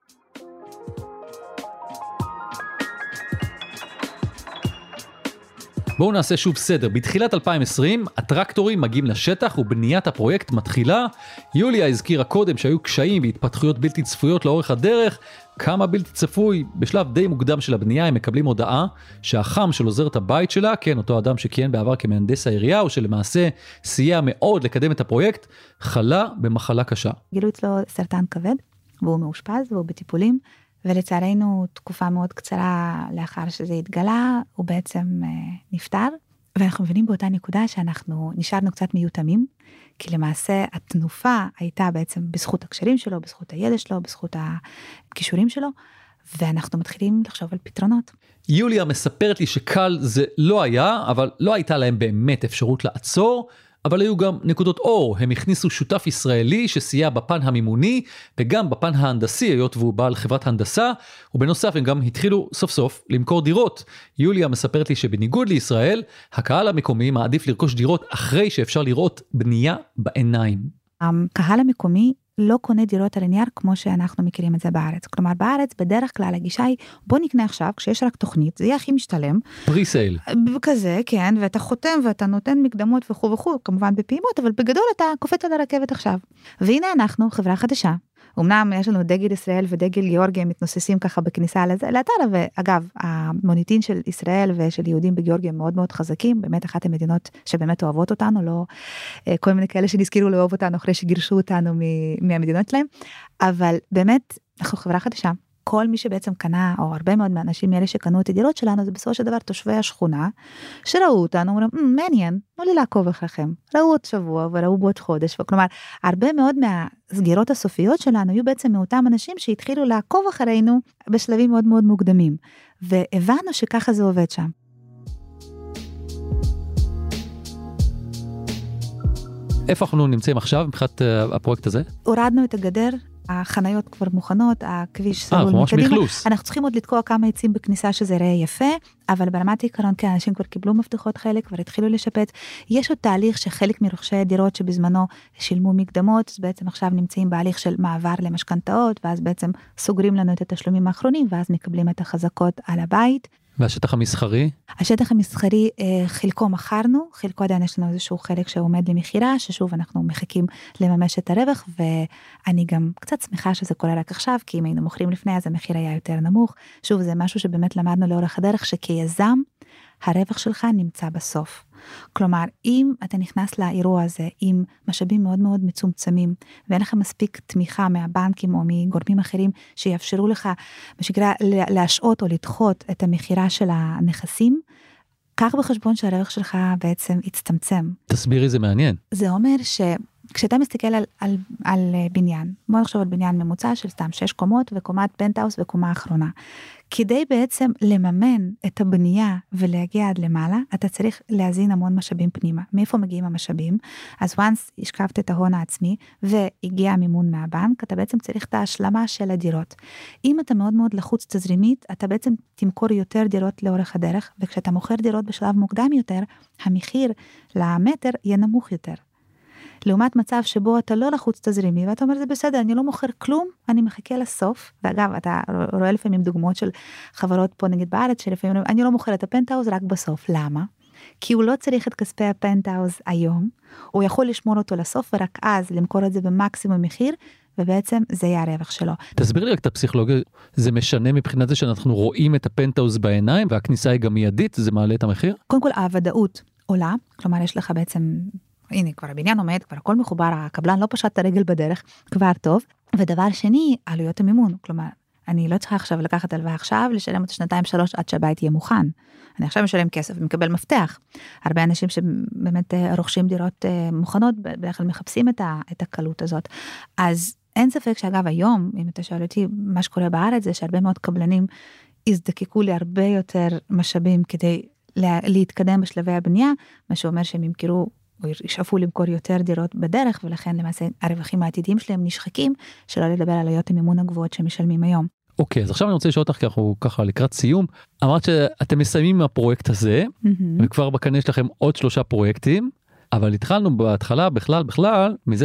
בואו נעשה שוב סדר. בתחילת 2020, הטרקטורים מגיעים לשטח ובניית הפרויקט מתחילה. יוליה הזכירה קודם שהיו קשיים והתפתחויות בלתי צפויות לאורך הדרך. כמה בלתי צפוי, בשלב די מוקדם של הבנייה הם מקבלים הודעה שהחם של עוזרת הבית שלה, כן, אותו אדם שכיהן בעבר כמהנדס העירייה, או שלמעשה סייע מאוד לקדם את הפרויקט, חלה במחלה קשה. גילו אצלו סרטן כבד, והוא מאושפז והוא בטיפולים, ולצערנו תקופה מאוד קצרה לאחר שזה התגלה, הוא בעצם נפטר, ואנחנו מבינים באותה נקודה שאנחנו נשארנו קצת מיותמים, כי למעשה התנופה הייתה בעצם בזכות הקשרים שלו, בזכות הידע שלו, בזכות הכישורים שלו, ואנחנו מתחילים לחשוב על פתרונות. יוליה מספרת לי שקל זה לא היה, אבל לא הייתה להם באמת אפשרות לעצור, אבל היו גם נקודות אור. הם הכניסו שותף ישראלי שסייע בפן המימוני, וגם בפן ההנדסי, היות והוא בעל חברת הנדסה, ובנוסף הם גם התחילו סוף סוף למכור דירות. יוליה מספרת לי שבניגוד לישראל, הקהל המקומי מעדיף לרכוש דירות אחרי שאפשר לראות בנייה בעיניים. הקהל המקומי לא קונה דירות על הנייר כמו שאנחנו מכירים את זה בארץ. כלומר, בארץ בדרך כלל הגישה היא, בוא נקנה עכשיו, כשיש רק תוכנית, זה יהיה הכי משתלם. פריסייל. כזה, כן, ואתה חותם ואתה נותן מקדמות וכו', כמובן בפעימות, אבל בגדול אתה קופץ על הרכבת עכשיו. והנה אנחנו, חברה חדשה. אמנם יש לנו דגל ישראל ודגל גיאורגיה מתנוססים ככה בכניסה לאתר, ואגב, המוניטין של ישראל ושל יהודים בגיאורגיה מאוד מאוד חזקים, באמת אחת המדינות שבאמת אוהבות אותנו, לא כל מיני כאלה שנזכירו לאהוב אותנו אחרי שגירשו אותנו מהמדינות שלהם, אבל באמת אנחנו חברה חדשה. כל מי שבעצם קנה, או הרבה מאוד מהאנשים מאלה שקנו את הדירות שלנו, זה בסופו של דבר תושבי השכונה, שראו אותנו, אומרים, מעניין, תנו לי לעקוב אחריכם. ראו עוד שבוע וראו בעוד חודש, כלומר, הרבה מאוד מהסגירות הסופיות שלנו, היו בעצם מאותם אנשים שהתחילו לעקוב אחרינו, בשלבים מאוד מאוד מוקדמים, והבנו שככה זה עובד שם. איפה אנחנו נמצאים עכשיו מבחינת הפרויקט הזה? הורדנו את הגדר החניות כבר מוכנות, הכביש סלול ממש מקדימה. מכלוס. אנחנו צריכים עוד לתקוע כמה עצים בכניסה שזה יראה יפה, אבל ברמת העיקרון, כן, אנשים כבר קיבלו מפתחות חלק, כבר התחילו לשפץ. יש עוד תהליך שחלק מרוכשי הדירות שבזמנו שילמו מקדמות, אז בעצם עכשיו נמצאים בהליך של מעבר למשכנתאות, ואז בעצם סוגרים לנו את התשלומים האחרונים, ואז מקבלים את החזקות על הבית. והשטח המסחרי? השטח המסחרי, חלקו מכרנו, חלקו עדיין יש לנו איזשהו חלק שעומד למחירה, ששוב אנחנו מחכים לממש את הרווח, ואני גם קצת שמחה שזה קורה רק עכשיו, כי אם היינו מוכרים לפני, אז המחיר היה יותר נמוך. שוב, זה משהו שבאמת למדנו לאורך הדרך, שכיזם, הרווח שלך נמצא בסוף. כלומר, אם אתה נכנס לאירוע הזה עם משאבים מאוד מאוד מצומצמים, ואין לך מספיק תמיכה מהבנקים או מגורמים אחרים שיאפשרו לך, בשגרה, להשעות או לדחות את המחירה של הנכסים, קח בחשבון שהרווח שלך בעצם יצטמצם. תסבירי, זה מעניין. זה אומר שכשאתה מסתכל על בניין, בוא נחשוב על בניין ממוצע של סתם 6 קומות וקומת פנטהאוס וקומה אחרונה. כדי בעצם לממן את הבנייה ולהגיע עד למעלה, אתה צריך להזין המון משאבים פנימה. מאיפה מגיעים המשאבים? אז once השקפת את ההון העצמי והגיע המימון מהבנק, אתה בעצם צריך את ההשלמה של הדירות. אם אתה מאוד מאוד לחוץ תזרימית, אתה בעצם תמכור יותר דירות לאורך הדרך, וכשאתה מוכר דירות בשלב מוקדם יותר, המחיר למטר יהיה נמוך יותר. לעומת מצב שבו אתה לא לחוץ תזרימי, ואתה אומר, זה בסדר, אני לא מוכר כלום, אני מחכה לסוף, ואגב, אתה רואה לפעמים דוגמאות של חברות פה נגיד בארץ, שלפעמים אני לא מוכר את הפנטהאוז רק בסוף, למה? כי הוא לא צריך את כספי הפנטהאוז היום, הוא יכול לשמור אותו לסוף, ורק אז למכור את זה במקסימום מחיר, ובעצם זה יהיה הרווח שלו. תסביר לי רק את הפסיכולוגיה, זה משנה מבחינת זה שאנחנו רואים את הפנטהאוז בעיניים, והכניסה היא גם מיידית, זה מעלה את המחיר? קודם כל, הוודאות עולה, כלומר, יש לך בעצם הנה, כבר הבניין עומד, כבר הכל מחובר, הקבלן לא פשט את הרגל בדרך, כבר טוב. ודבר שני, עלויות המימון, כלומר, אני לא צריכה עכשיו לקחת הלוואה עכשיו, לשלם אותה 2-3 עד שהבית יהיה מוכן. אני עכשיו משלם כסף ומקבל מפתח. הרבה אנשים שבאמת רוכשים דירות מוכנות, בדרך כלל מחפשים את הקלות הזאת. אז אין ספק שאגב היום, אם אתה שואל אותי, מה שקורה בארץ זה שהרבה מאוד קבלנים הזדקקו להרבה יותר משאבים כדי להתקדם בשלבי הבנייה, מה שאומר שהם ימכרו או ישאפו למכור יותר דירות בדרך, ולכן למעשה הרווחים העתידיים שלהם נשחקים, שלא לדבר על עלויות המימון הגבוהות שמשלמים היום. אוקיי, אז עכשיו אני רוצה לשאול אותך, כי אנחנו ככה לקראת סיום, אמרת שאתם מסיימים עם הפרויקט הזה, וכבר בקנה יש לכם עוד 3 פרויקטים, אבל התחלנו בהתחלה בכלל, מזה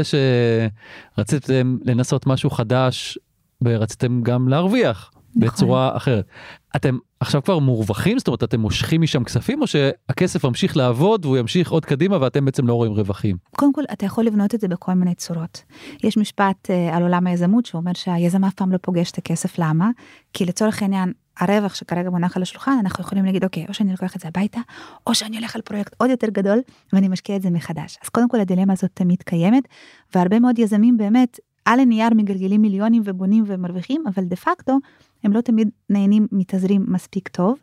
שרציתם לנסות משהו חדש, ורציתם גם להרוויח בצורה אחרת. אתם עכשיו כבר מורווחים, זאת אומרת, אתם מושכים משם כספים, או שהכסף ממשיך לעבוד, והוא ימשיך עוד קדימה, ואתם בעצם לא רואים רווחים? קודם כל, אתה יכול לבנות את זה בכל מיני צורות. יש משפט על עולם היזמות, שאומר שהיזם אף פעם לא פוגש את הכסף, למה? כי לצורך העניין, הרווח שכרגע מונח על השולחן, אנחנו יכולים להגיד, אוקיי, או שאני לוקח את זה הביתה, או שאני הולך על פרויקט עוד יותר גדול, ואני משקיע את זה מחדש. אז קודם כל, הדילמה הזאת תמיד קיימת, והרבה מאוד יזמים באמת, על הנייר מגלגלים מיליונים ובונים ומרוויחים, אבל דה פקטו, הם לא תמיד נהנים מתזרים מספיק טוב.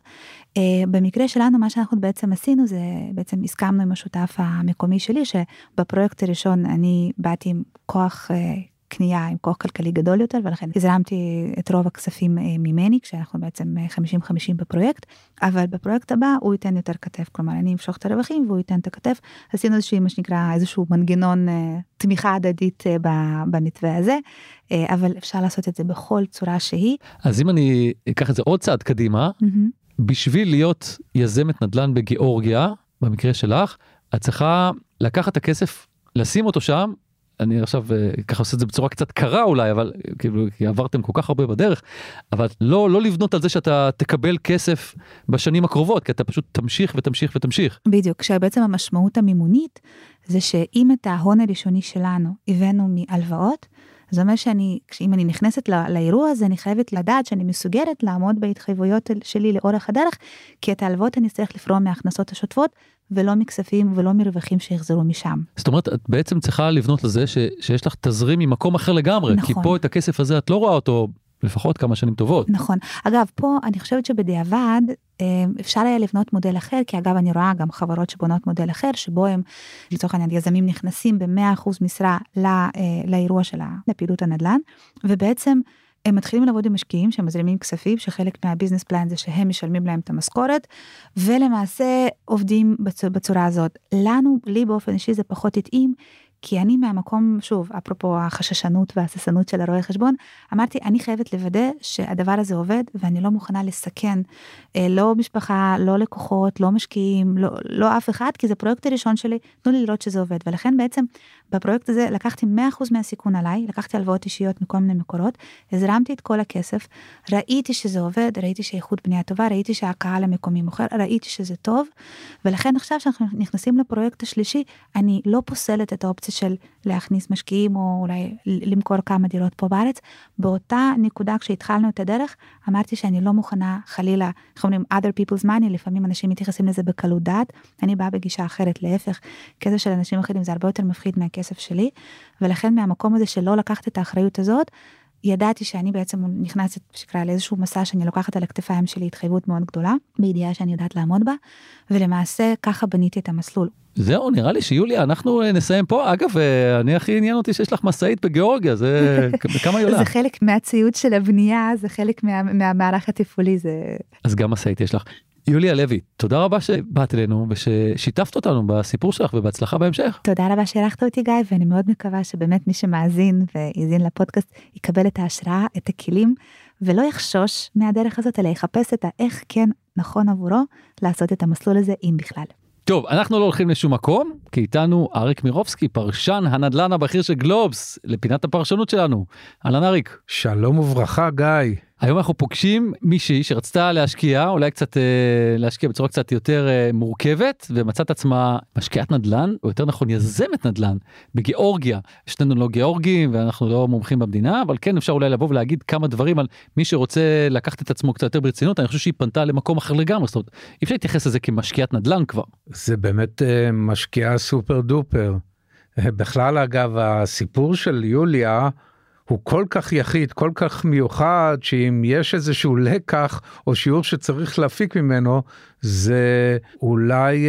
במקרה שלנו, מה שאנחנו בעצם עשינו, זה בעצם הסכמנו עם השותף המקומי שלי, שבפרויקט הראשון אני באתי עם כוח קנייה, עם כוח כלכלי גדול יותר, ולכן הזרמתי את רוב הכספים ממני, כשאנחנו בעצם 50-50 בפרויקט, אבל בפרויקט הבא הוא ייתן יותר כתף, כלומר אני אמשוך את הרווחים והוא ייתן את הכתף, עשינו מה שנקרא איזשהו מנגנון תמיכה הדדית במתווה הזה, אבל אפשר לעשות את זה בכל צורה שהיא. אז אם אני אקח את זה עוד צעד קדימה, בשביל להיות יזמת נדל"ן בגיאורגיה, במקרה שלך, את צריכה לקחת את הכסף, לשים אותו שם, אני עכשיו ככה עושה את זה בצורה קצת קרה אולי, אבל כאילו עברתם כל כך הרבה בדרך, אבל לא לבנות על זה שאתה תקבל כסף בשנים הקרובות, כי אתה פשוט תמשיך ותמשיך ותמשיך. בדיוק, שבעצם המשמעות המימונית, זה שאם את ההון הראשוני שלנו הבאנו מהלוואות, זאת אומרת שאם אני נכנסת לאירוע הזה, אני חייבת לדעת שאני מסוגלת לעמוד בהתחייבויות שלי לאורך הדרך, כי את ההלוואות אני צריך לפרוע מההכנסות השוטפות, ולא מכספים ולא מרווחים שיחזרו משם. זאת אומרת, את בעצם צריכה לבנות לזה שיש לך תזרים ממקום אחר לגמרי, נכון. כי פה את הכסף הזה את לא רואה אותו לפחות כמה שנים טובות. נכון. אגב, פה אני חושבת שבדיעבד אפשר היה לבנות מודל אחר, כי אגב אני רואה גם חברות שבונות מודל אחר, שבו הם, לצורך העניין, יזמים נכנסים ב100% משרה לאירוע שלה, לפעילות הנדל"ן, ובעצם הם מתחילים לעבוד עם משקיעים שמזרימים כספים, שחלק מהביזנס פלן זה שהם משלמים להם את המשכורת, ולמעשה עובדים בצורה הזאת. לי באופן אישי זה פחות התאים, כי אני מהמקום, שוב, אפרופו החששנות והססנות של הרואה חשבון, אמרתי, אני חייבת לוודא שהדבר הזה עובד, ואני לא מוכנה לסכן, לא משפחה, לא לקוחות, לא משקיעים, לא אף אחד, כי זה פרויקט הראשון שלי, תנו לי לראות שזה עובד. ולכן בעצם, בפרויקט הזה לקחתי 100% מהסיכון עליי, לקחתי הלוואות אישיות מכל מיני מקורות, הזרמתי את כל הכסף, ראיתי שזה עובד, ראיתי שאיכות בנייה טובה, ראיתי שהקהל המקומי מוכר, ראיתי שזה טוב, ולכן עכשיו שאנחנו נכנסים לפרויקט השלישי, אני לא פוסלת את האופציה של להכניס משקיעים, או אולי למכור כמה דירות פה בארץ. באותה נקודה, כשהתחלנו את הדרך, אמרתי שאני לא מוכנה חלילה, איך אומרים, other people's money, לפעמים אנשים מתייחסים לזה בקלות דעת, אני באה בגישה אחרת, להפך, כסף של אנשים אחרים זה הרבה יותר מפחיד מהכסף שלי, ולכן מהמקום הזה שלא לקחת את האחריות הזאת, ידעתי שאני בעצם נכנסת שקרה לאיזשהו מסע שאני לוקחת על הכתפיים שלי התחייבות מאוד גדולה, בידיעה שאני יודעת לעמוד בה, ולמעשה ככה בניתי את המסלול. זהו, נראה לי שיוליה, אנחנו נסיים פה. אגב, אני הכי עניין אותי שיש לך מסעית בגיאורגיה, זה כמה יולה? זה חלק מהציוד של הבנייה, זה חלק מהמערך התפעולי. אז גם מסעית יש לך. יוליה לוי, תודה רבה שבאת אלינו וששיתפת אותנו בסיפור שלך ובהצלחה בהמשך. תודה רבה שהערכת אותי גיא, ואני מאוד מקווה שבאמת מי שמאזין והאזין לפודקאסט יקבל את ההשראה, את הכלים, ולא יחשוש מהדרך הזאת, אלא יחפש את איך כן נכון עבורו לעשות את המסלול הזה, אם בכלל. טוב, אנחנו לא הולכים לשום מקום, כי איתנו אריק מירובסקי, פרשן הנדל"ן הבכיר של גלובס, לפינת הפרשנות שלנו. אהלן אריק. שלום וברכה גיא. היום אנחנו פוגשים מישהי שרצתה להשקיע, אולי קצת להשקיע בצורה קצת יותר מורכבת, ומצאת עצמה משקיעת נדל"ן, או יותר נכון יזמת נדל"ן, בגיאורגיה. שנינו לא גיאורגים, ואנחנו לא מומחים במדינה, אבל כן אפשר אולי לבוא ולהגיד כמה דברים על מי שרוצה לקחת את עצמו קצת יותר ברצינות. אני חושב שהיא פנתה למקום אחר לגמרי, זאת אומרת, אי אפשר להתייחס לזה כמשקיעת נדל"ן כבר. זה באמת משקיעה סופר דופר. בכלל אגב, הסיפור של יוליה, הוא כל כך יחיד, כל כך מיוחד, שאם יש איזשהו לקח או שיעור שצריך להפיק ממנו, זה אולי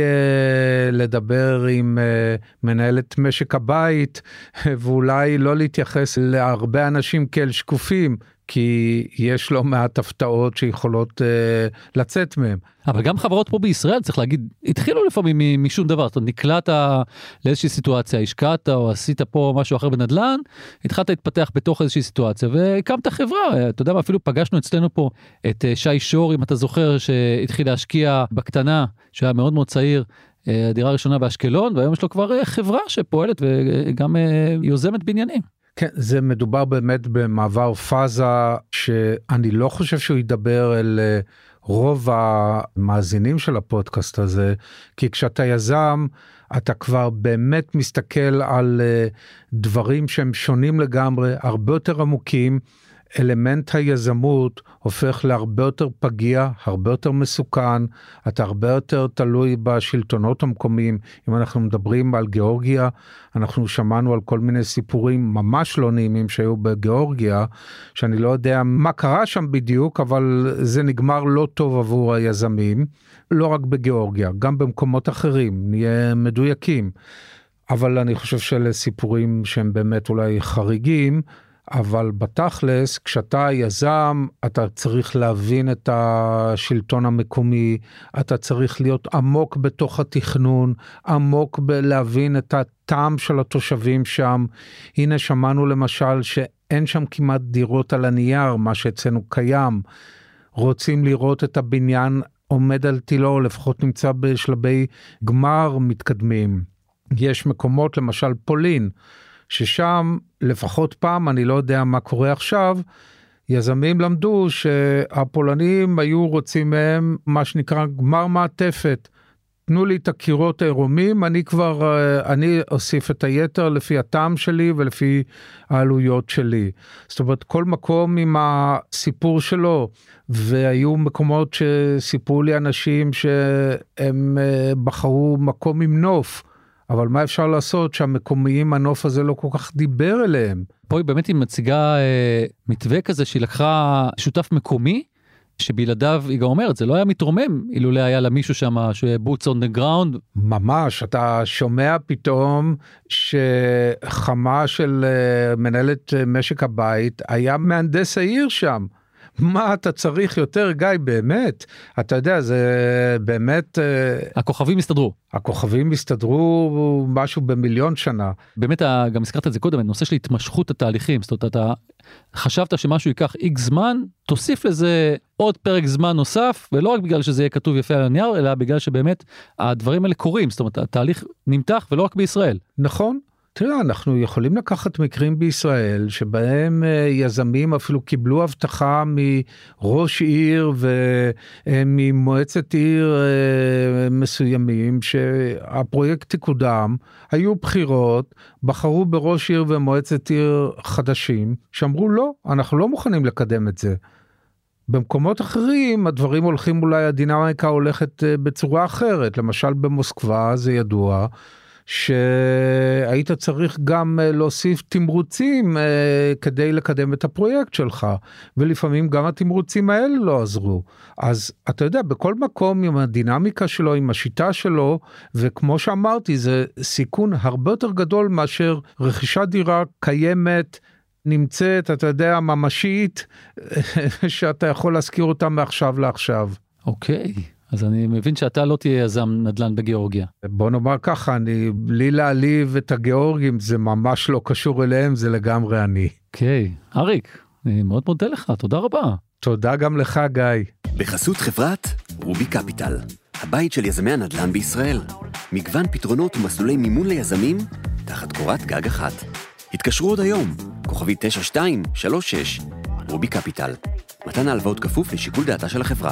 לדבר עם מנהלת משק הבית, ואולי לא להתייחס להרבה אנשים כאל שקופים, כי יש לא מעט הפתעות שיכולות לצאת מהם. אבל גם חברות פה בישראל, צריך להגיד, התחילו לפעמים משום דבר, זאת אומרת, נקלעת לאיזושהי סיטואציה, השקעת או עשית פה משהו אחר בנדל"ן, התחלת להתפתח בתוך איזושהי סיטואציה, והקמת חברה, אתה יודע מה, אפילו פגשנו אצלנו פה את שי שור, אם אתה זוכר, שהתחיל להשקיע בקטנה, שהיה מאוד מאוד צעיר, הדירה הראשונה באשקלון, והיום יש לו כבר חברה שפועלת וגם יוזמת בניינים. כן, זה מדובר באמת במעבר פאזה, שאני לא חושב שהוא ידבר אל רוב המאזינים של הפודקאסט הזה, כי כשאתה יזם, אתה כבר באמת מסתכל על דברים שהם שונים לגמרי, הרבה יותר עמוקים, אלמנט היזמות הופך להרבה יותר פגיע, הרבה יותר מסוכן, אתה הרבה יותר תלוי בשלטונות המקומיים. אם אנחנו מדברים על גיאורגיה, אנחנו שמענו על כל מיני סיפורים ממש לא נעימים שהיו בגיאורגיה, שאני לא יודע מה קרה שם בדיוק, אבל זה נגמר לא טוב עבור היזמים, לא רק בגיאורגיה, גם במקומות אחרים, נהיה מדויקים. אבל אני חושב שאלה סיפורים שהם באמת אולי חריגים, אבל בתכלס, כשאתה יזם, אתה צריך להבין את השלטון המקומי, אתה צריך להיות עמוק בתוך התכנון, עמוק להבין את הטעם של התושבים שם. הנה שמענו למשל שאין שם כמעט דירות על הנייר, מה שאצלנו קיים. רוצים לראות את הבניין עומד על תילו, לפחות נמצא בשלבי גמר מתקדמים. יש מקומות, למשל פולין, ששם לפחות פעם, אני לא יודע מה קורה עכשיו, יזמים למדו שהפולנים היו רוצים מהם מה שנקרא גמר מעטפת. תנו לי את הקירות העירומים, אני אוסיף את היתר לפי הטעם שלי ולפי העלויות שלי. זאת אומרת, כל מקום עם הסיפור שלו, והיו מקומות שסיפרו לי אנשים שהם בחרו מקום עם נוף, אבל מה אפשר לעשות שהמקומיים הנוף הזה לא כל כך דיבר אליהם? פה היא באמת מציגה מתווה כזה שהיא לקחה שותף מקומי, שבלעדיו היא גם אומרת, זה לא היה מתרומם, אילולא היה לה מישהו שם, שבוץ on the ground. ממש, אתה שומע פתאום שחמה של מנהלת משק הבית, היה מהנדס העיר שם. מה אתה צריך יותר, גיא, באמת? אתה יודע, זה באמת... הכוכבים הסתדרו. הכוכבים הסתדרו משהו במיליון שנה. באמת, גם הזכרת את זה קודם, הנושא של התמשכות התהליכים, זאת אומרת, אתה חשבת שמשהו ייקח X זמן, תוסיף לזה עוד פרק זמן נוסף, ולא רק בגלל שזה יהיה כתוב יפה על הנייר, אלא בגלל שבאמת הדברים האלה קורים, זאת אומרת, התהליך נמתח ולא רק בישראל. נכון. תראה, אנחנו יכולים לקחת מקרים בישראל שבהם יזמים אפילו קיבלו הבטחה מראש עיר וממועצת עיר מסוימים שהפרויקט תקודם, היו בחירות, בחרו בראש עיר ומועצת עיר חדשים, שאמרו לא, אנחנו לא מוכנים לקדם את זה. במקומות אחרים הדברים הולכים, אולי הדינמיקה הולכת בצורה אחרת, למשל במוסקבה זה ידוע, שהיית צריך גם להוסיף תמרוצים כדי לקדם את הפרויקט שלך, ולפעמים גם התמרוצים האלה לא עזרו. אז אתה יודע, בכל מקום עם הדינמיקה שלו, עם השיטה שלו, וכמו שאמרתי, זה סיכון הרבה יותר גדול מאשר רכישת דירה קיימת, נמצאת, אתה יודע, ממשית, שאתה יכול להזכיר אותה מעכשיו לעכשיו. אוקיי. אז אני מבין שאתה לא תהיה יזם נדל"ן בגיאורגיה. בוא נאמר ככה, בלי להעליב את הגיאורגים, זה ממש לא קשור אליהם, זה לגמרי אני. אוקיי, אריק, אני מאוד מודה לך, תודה רבה. תודה גם לך, גיא. בחסות חברת רובי קפיטל, הבית של יזמי הנדל"ן בישראל. מגוון פתרונות ומסלולי מימון ליזמים, תחת קורת גג אחת. התקשרו עוד היום, כוכבי 9236, רובי קפיטל. מתן ההלוואות כפוף לשיקול דעתה של החברה.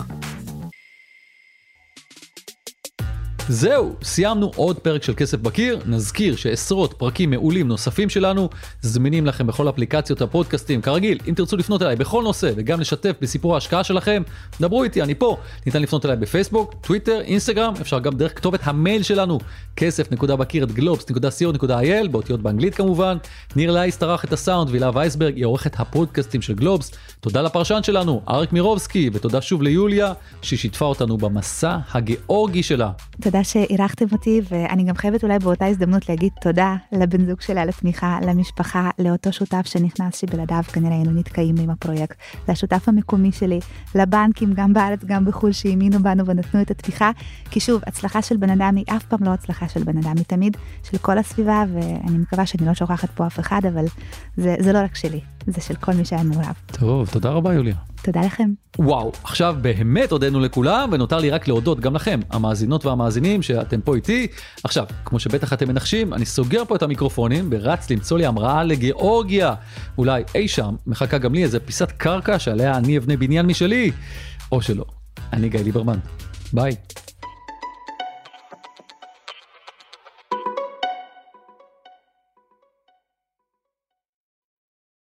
זהו, סיימנו עוד פרק של כסף בקיר. נזכיר שעשרות פרקים מעולים נוספים שלנו זמינים לכם בכל אפליקציות הפודקאסטים. כרגיל, אם תרצו לפנות אליי בכל נושא וגם לשתף בסיפור ההשקעה שלכם, דברו איתי, אני פה. ניתן לפנות אליי בפייסבוק, טוויטר, אינסטגרם, אפשר גם דרך כתובת המייל שלנו, כסף.בקיר@globs.co.il, באותיות באנגלית כמובן. ניר לייס טרח את הסאונד, והילה וייסברג היא עורכת הפודקאסטים של גלובס. תודה לפרשן שלנו, אריק מירובסקי, ותודה שוב ליוליה, ששיתפה אותנו במסע הגיאורגי שלה. תודה שאירחתם אותי, ואני גם חייבת אולי באותה הזדמנות להגיד תודה לבן זוג שלי על התמיכה, למשפחה, לאותו שותף שנכנס שבלעדיו כנראה היינו נתקעים עם הפרויקט, לשותף המקומי שלי, לבנקים גם בארץ גם בחול שהאמינו בנו ונתנו את התמיכה, כי שוב, הצלחה של בן אדם היא אף פעם לא הצלחה של בן אדם, היא תמיד של כל הסביבה, ואני מקווה שאני לא שוכחת פה אף אחד, אבל זה לא רק שלי, זה של כל מי שהיה מעורב. טוב, תודה רבה יוליה. תודה לכם. וואו, עכשיו באמת הודענו לכולם, ונותר לי רק להודות גם לכם, המאזינות והמאזינים שאתם פה איתי. עכשיו, כמו שבטח אתם מנחשים, אני סוגר פה את המיקרופונים, ורץ למצוא לי המראה לגיאורגיה. אולי אי שם מחכה גם לי איזה פיסת קרקע שעליה אני אבנה בניין משלי, או שלא. אני גיא ליברמן. ביי.